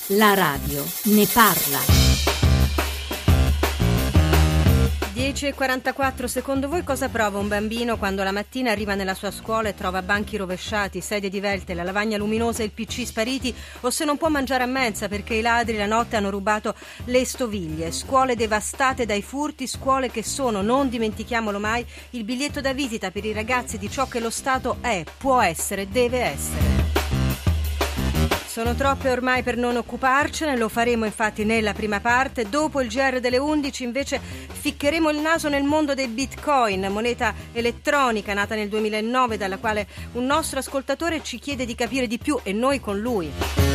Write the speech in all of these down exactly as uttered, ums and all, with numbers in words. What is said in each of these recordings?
La radio ne parla. dieci e quarantaquattro, secondo voi cosa prova un bambino quando la mattina arriva nella sua scuola e trova banchi rovesciati, sedie divelte, la lavagna luminosa e il pi ci spariti, o se non può mangiare a mensa perché i ladri la notte hanno rubato le stoviglie? Scuole devastate dai furti, scuole che sono, non dimentichiamolo mai, il biglietto da visita per i ragazzi di ciò che lo Stato è, può essere, deve essere. Sono troppe ormai per non occuparcene, lo faremo infatti nella prima parte. Dopo il G R delle undici invece ficcheremo il naso nel mondo dei bitcoin, moneta elettronica nata nel duemilanove dalla quale un nostro ascoltatore ci chiede di capire di più e noi con lui.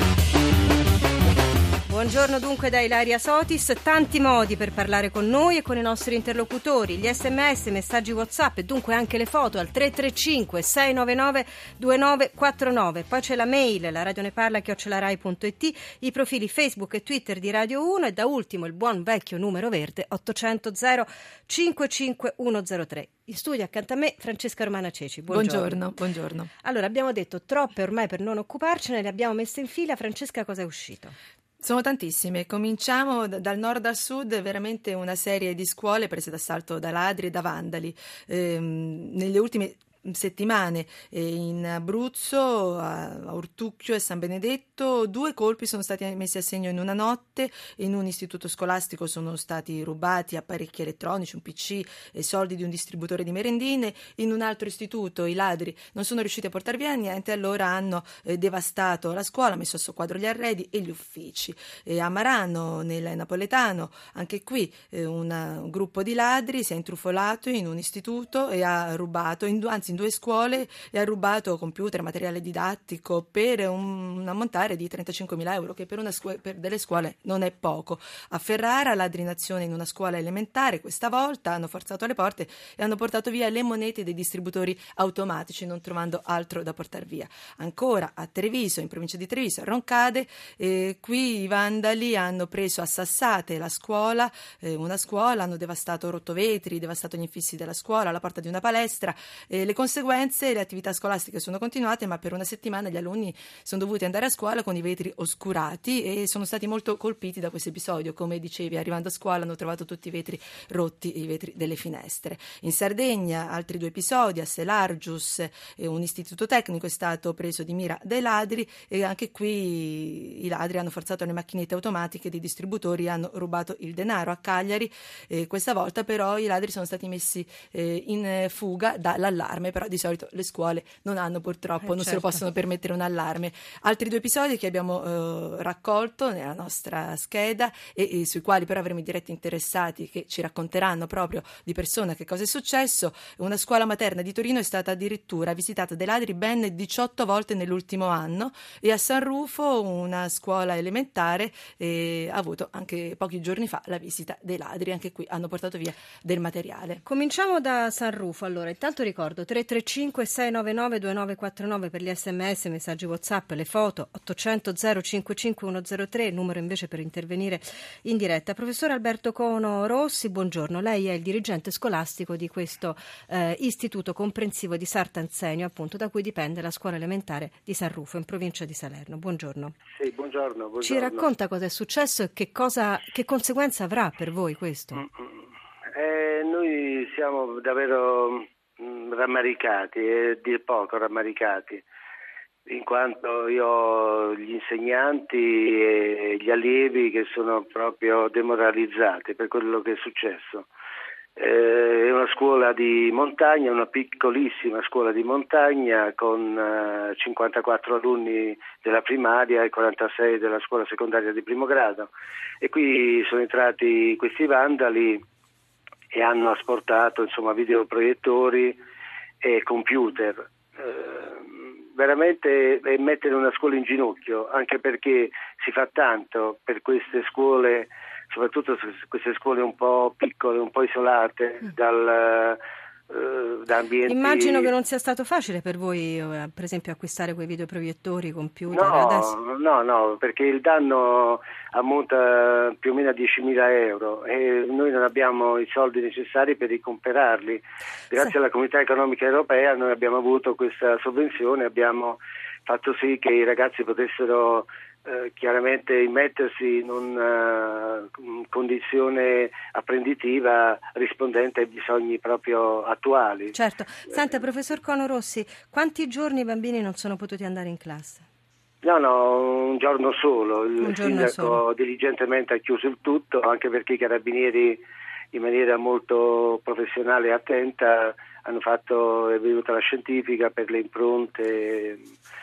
Buongiorno dunque da Ilaria Sotis, tanti modi per parlare con noi e con i nostri interlocutori, gli sms, messaggi WhatsApp e dunque anche le foto al tre tre cinque sei nove nove due nove quattro nove, poi c'è la mail, la radio ne parla chiocciola rai punto it, i profili Facebook e Twitter di Radio uno e da ultimo il buon vecchio numero verde ottocento zero cinquantacinque centotre. In studio accanto a me Francesca Romana Ceci. Buongiorno. Buongiorno, buongiorno. Allora, abbiamo detto troppe ormai per non occuparcene, le abbiamo messe in fila. Francesca, cosa è uscito? Sono tantissime, cominciamo dal nord al sud, veramente una serie di scuole prese d'assalto da ladri e da vandali. Ehm, nelle ultime settimane eh, in Abruzzo, a Ortucchio e San Benedetto, due colpi sono stati messi a segno in una notte. In un istituto scolastico sono stati rubati apparecchi elettronici, un pi ci e soldi di un distributore di merendine. In un altro istituto i ladri non sono riusciti a portare via niente, allora hanno eh, devastato la scuola, messo a soqquadro gli arredi e gli uffici. E a Marano, nel napoletano, anche qui eh, una, un gruppo di ladri si è intrufolato in un istituto e ha rubato, in, anzi in due scuole, e ha rubato computer, materiale didattico per un, un ammontare di trentacinquemila euro, che per, una scu- per delle scuole non è poco. A Ferrara, ladri in azione in una scuola elementare, questa volta hanno forzato le porte e hanno portato via le monete dei distributori automatici, non trovando altro da portare via. Ancora a Treviso, in provincia di Treviso, a Roncade, eh, qui i vandali hanno preso a sassate la scuola, eh, una scuola, hanno devastato rottovetri, devastato gli infissi della scuola, la porta di una palestra. Eh, le conseguenze, le attività scolastiche sono continuate, ma per una settimana gli alunni sono dovuti andare a scuola con i vetri oscurati e sono stati molto colpiti da questo episodio. Come dicevi, arrivando a scuola hanno trovato tutti i vetri rotti, i vetri delle finestre. In Sardegna altri due episodi, a Selargius, eh, un istituto tecnico è stato preso di mira dai ladri e anche qui i ladri hanno forzato le macchinette automatiche dei distributori e hanno rubato il denaro. A Cagliari eh, questa volta però i ladri sono stati messi eh, in fuga dall'allarme, però di solito le scuole non hanno purtroppo, eh, non certo. se lo possono permettere un allarme. Altri due episodi che abbiamo eh, raccolto nella nostra scheda e, e sui quali però avremo i diretti interessati che ci racconteranno proprio di persona che cosa è successo. Una scuola materna di Torino è stata addirittura visitata dai ladri ben diciotto volte nell'ultimo anno, e a San Rufo una scuola elementare eh, ha avuto anche pochi giorni fa la visita dei ladri, anche qui hanno portato via del materiale. Cominciamo da San Rufo. Allora, intanto ricordo tre tre cinque sei nove nove due nove quattro nove per gli sms, messaggi WhatsApp, le foto ottocento zero cinquantacinque centotre, numero invece per intervenire in diretta. Professor Alberto Cono Rossi, buongiorno. Lei è il dirigente scolastico di questo eh, istituto comprensivo di Sant'Arsenio, appunto, da cui dipende la scuola elementare di San Rufo in provincia di Salerno. Buongiorno. Sì, buongiorno, buongiorno. Ci racconta cosa è successo e che cosa, che conseguenza avrà per voi questo? Eh, noi siamo davvero mh, rammaricati, e dir poco rammaricati, in quanto io ho gli insegnanti e gli allievi che sono proprio demoralizzati per quello che è successo. Eh, è una scuola di montagna, una piccolissima scuola di montagna con eh, cinquantaquattro alunni della primaria e quarantasei della scuola secondaria di primo grado, e qui sono entrati questi vandali e hanno asportato insomma videoproiettori e computer. Eh, veramente è mettere una scuola in ginocchio, anche perché si fa tanto per queste scuole, soprattutto queste scuole un po' piccole, un po' isolate dal, uh, da ambienti. Immagino che non sia stato facile per voi, eh, per esempio, acquistare quei videoproiettori, computer. No, adesso. no, no, perché il danno ammonta più o meno a diecimila euro e noi non abbiamo i soldi necessari per ricomperarli. Grazie sì. alla Comunità Economica Europea noi abbiamo avuto questa sovvenzione, abbiamo fatto sì che i ragazzi potessero eh, chiaramente immettersi in una uh, condizione apprenditiva rispondente ai bisogni proprio attuali. Certo. Senta, professor Cono Rossi, quanti giorni i bambini non sono potuti andare in classe? No, no, un giorno solo. Il un giorno sindaco solo. diligentemente ha chiuso il tutto, anche perché i carabinieri in maniera molto professionale e attenta hanno fatto, è venuta la scientifica per le impronte.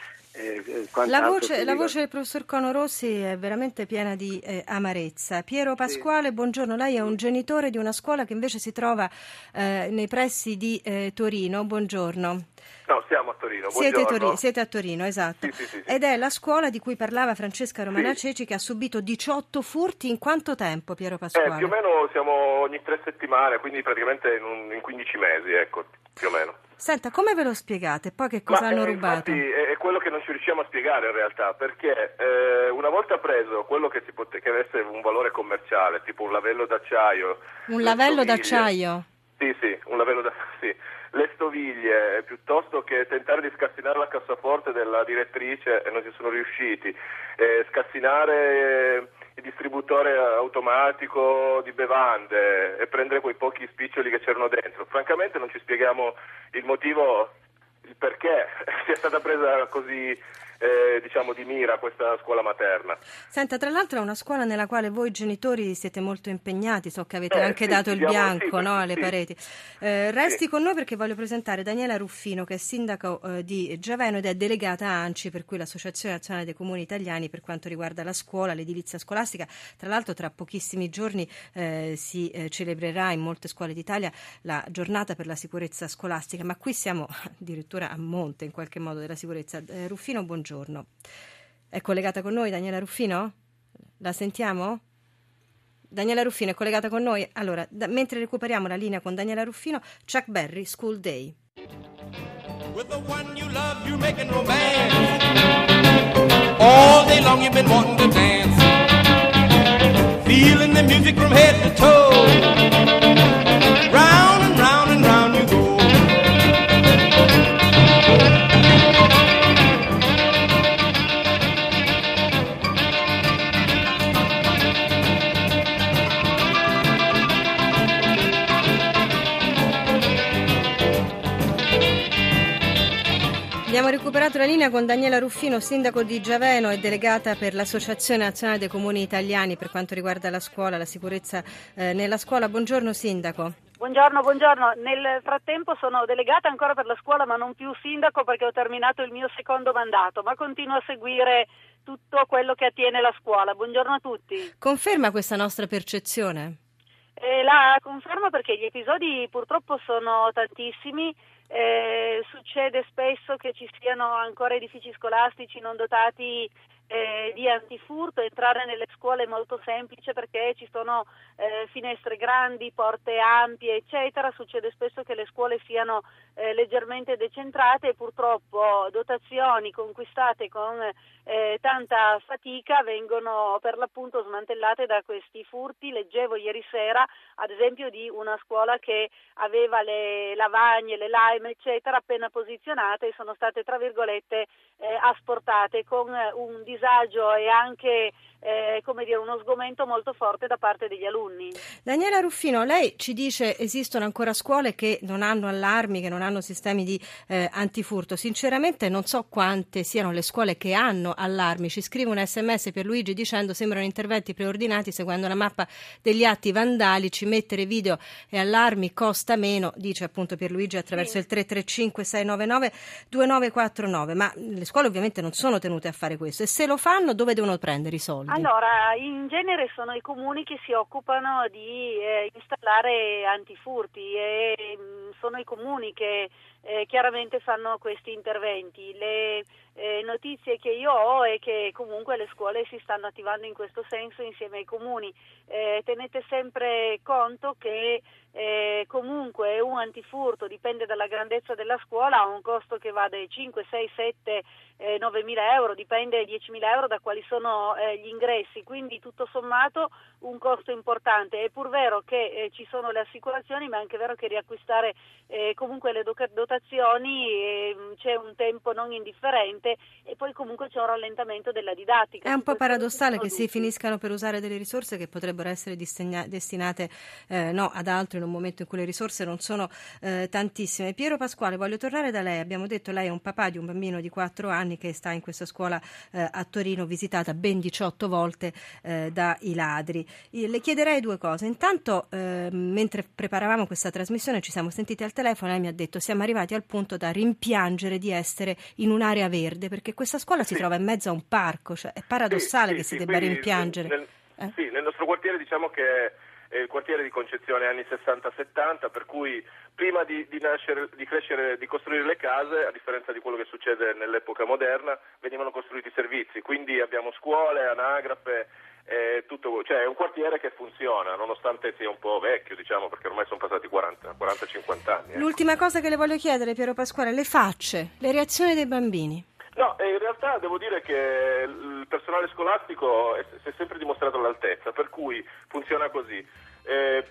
Eh, la, voce, la voce del professor Cono Rossi è veramente piena di eh, amarezza. Piero Pasquale, sì. Buongiorno, lei è un genitore di una scuola che invece si trova eh, nei pressi di eh, Torino. Buongiorno. No, siamo a Torino. Siete, Tori- siete a Torino, esatto. Sì, sì, sì, sì. Ed è la scuola di cui parlava Francesca Romana sì. Ceci, che ha subito diciotto furti in quanto tempo, Piero Pasquale? Eh, più o meno siamo ogni tre settimane, quindi praticamente in, un, in quindici mesi, ecco, più o meno. Senta, come ve lo spiegate? Poi che cosa Ma, hanno eh, rubato? Infatti è, è quello che non ci riusciamo a spiegare in realtà, perché eh, una volta preso quello che, si pot- che avesse un valore commerciale, tipo un lavello d'acciaio... Un lavello d'acciaio? Sì, sì, un lavello d'acciaio, sì. Le stoviglie, piuttosto che tentare di scassinare la cassaforte della direttrice, e non ci sono riusciti, eh, scassinare il distributore automatico di bevande e prendere quei pochi spiccioli che c'erano dentro. Francamente non ci spieghiamo il motivo, il perché sia stata presa così... Eh, diciamo di mira questa scuola materna. Senta, tra l'altro è una scuola nella quale voi genitori siete molto impegnati, so che avete eh, anche sì, dato il diamo, bianco sì, no, alle sì. pareti. Eh, resti sì. con noi perché voglio presentare Daniela Ruffino, che è sindaco eh, di Giaveno ed è delegata A N C I, per cui l'Associazione Nazionale dei Comuni Italiani, per quanto riguarda la scuola, l'edilizia scolastica. Tra l'altro tra pochissimi giorni eh, si eh, celebrerà in molte scuole d'Italia la giornata per la sicurezza scolastica, ma qui siamo addirittura a monte in qualche modo della sicurezza. Eh, Ruffino, buongiorno. È collegata con noi Daniela Ruffino? La sentiamo? Daniela Ruffino è collegata con noi? Allora, da, mentre recuperiamo la linea con Daniela Ruffino, Chuck Berry, School Day. With the one you love, you're making romance. All day long you've been wanting to dance. Feeling the music from head to toe. Round and round and round you go. Abbiamo recuperato la linea con Daniela Ruffino, sindaco di Giaveno e delegata per l'Associazione Nazionale dei Comuni Italiani per quanto riguarda la scuola, la sicurezza eh, nella scuola. Buongiorno sindaco. Buongiorno, buongiorno. Nel frattempo sono delegata ancora per la scuola, ma non più sindaco perché ho terminato il mio secondo mandato, ma continuo a seguire tutto quello che attiene la scuola. Buongiorno a tutti. Conferma questa nostra percezione? Eh, la confermo perché gli episodi purtroppo sono tantissimi. Eh, succede spesso che ci siano ancora edifici scolastici non dotati eh, di antifurto. Entrare nelle scuole è molto semplice perché ci sono eh, finestre grandi, porte ampie, eccetera. Succede spesso che le scuole siano eh, leggermente decentrate e purtroppo dotazioni conquistate con eh, tanta fatica vengono per l'appunto smantellate da questi furti. Leggevo ieri sera ad esempio di una scuola che aveva le lavagne, le lime, eccetera, appena posizionate e sono state tra virgolette eh, asportate con eh, un disagio e anche eh, come dire uno sgomento molto forte da parte degli alunni. Daniela Ruffino, lei ci dice esistono ancora scuole che non hanno allarmi, che non hanno sistemi di eh, antifurto. Sinceramente non so quante siano le scuole che hanno allarmi. Ci scrive un sms Pierluigi dicendo sembrano interventi preordinati seguendo la mappa degli atti vandalici, mettere video e allarmi costa meno, dice appunto Pierluigi attraverso sì. il tre tre cinque sei nove nove due nove quattro nove, ma le scuole ovviamente non sono tenute a fare questo e se lo fanno dove devono prendere i soldi? Allora, in genere sono i comuni che si occupano di eh, installare antifurti e mh, sono i comuni che eh, chiaramente fanno questi interventi. Le eh, notizie che io ho è che comunque le scuole si stanno attivando in questo senso insieme ai comuni. Eh, tenete sempre conto che eh, comunque un antifurto dipende dalla grandezza della scuola, ha un costo che va dai cinque, sei, sette, eh, nove mila euro, dipende diecimila euro da quali sono eh, gli ingressi, quindi tutto sommato un costo importante. È pur vero che eh, ci sono le assicurazioni, ma è anche vero che riacquistare eh, comunque le do- dotazioni rotazioni, e c'è un tempo non indifferente e poi comunque c'è un rallentamento della didattica. È un po' paradossale che si tutti. finiscano per usare delle risorse che potrebbero essere distegna- destinate eh, no, ad altro, in un momento in cui le risorse non sono eh, tantissime. Piero Pasquale, voglio tornare da lei. Abbiamo detto lei è un papà di un bambino di quattro anni che sta in questa scuola eh, a Torino, visitata ben diciotto volte eh, dai ladri. Io le chiederei due cose. Intanto, eh, mentre preparavamo questa trasmissione ci siamo sentiti al telefono e lei mi ha detto siamo arrivati al punto da rimpiangere di essere in un'area verde, perché questa scuola si sì. trova in mezzo a un parco, cioè è paradossale sì, che sì, si sì, debba qui rimpiangere. Nel, eh? Sì, nel nostro quartiere diciamo che è il quartiere di concezione anni sessanta settanta, per cui prima di, di nascere, di crescere, di costruire le case, a differenza di quello che succede nell'epoca moderna, venivano costruiti servizi, quindi abbiamo scuole, anagrafe, eh, tutto, cioè è un quartiere che funziona, nonostante sia un po' vecchio, diciamo, perché ormai sono passati quaranta cinquanta anni. Ecco. L'ultima cosa che le voglio chiedere, Piero Pasquale, le facce, le reazioni dei bambini. No, in realtà devo dire che il personale scolastico si è sempre dimostrato all'altezza, per cui funziona così. Eh,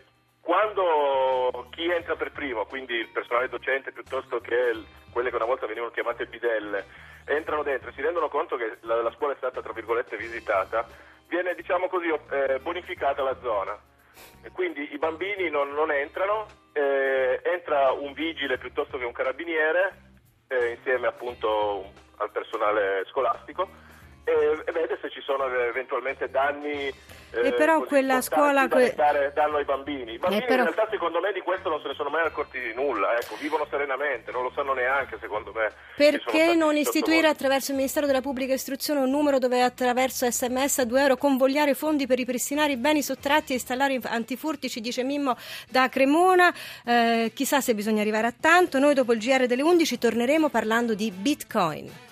quando chi entra per primo, quindi il personale docente piuttosto che il, quelle che una volta venivano chiamate bidelle, entrano dentro e si rendono conto che la, la scuola è stata, tra virgolette, visitata, viene, diciamo così, eh, bonificata la zona. E quindi i bambini non, non entrano, eh, entra un vigile piuttosto che un carabiniere, eh, insieme appunto al personale scolastico e, e vede se ci sono eventualmente danni eh, e però quella scuola da que... dare danno ai bambini. I bambini però... in realtà secondo me di questo non se ne sono mai accorti di nulla, ecco, vivono serenamente, non lo sanno neanche secondo me. Perché non istituire attraverso il Ministero della Pubblica Istruzione un numero dove attraverso sms a due euro convogliare fondi per ripristinare i beni sottratti e installare antifurti, ci dice Mimmo da Cremona. Eh, chissà se bisogna arrivare a tanto. Noi dopo il G R delle undici torneremo parlando di Bitcoin.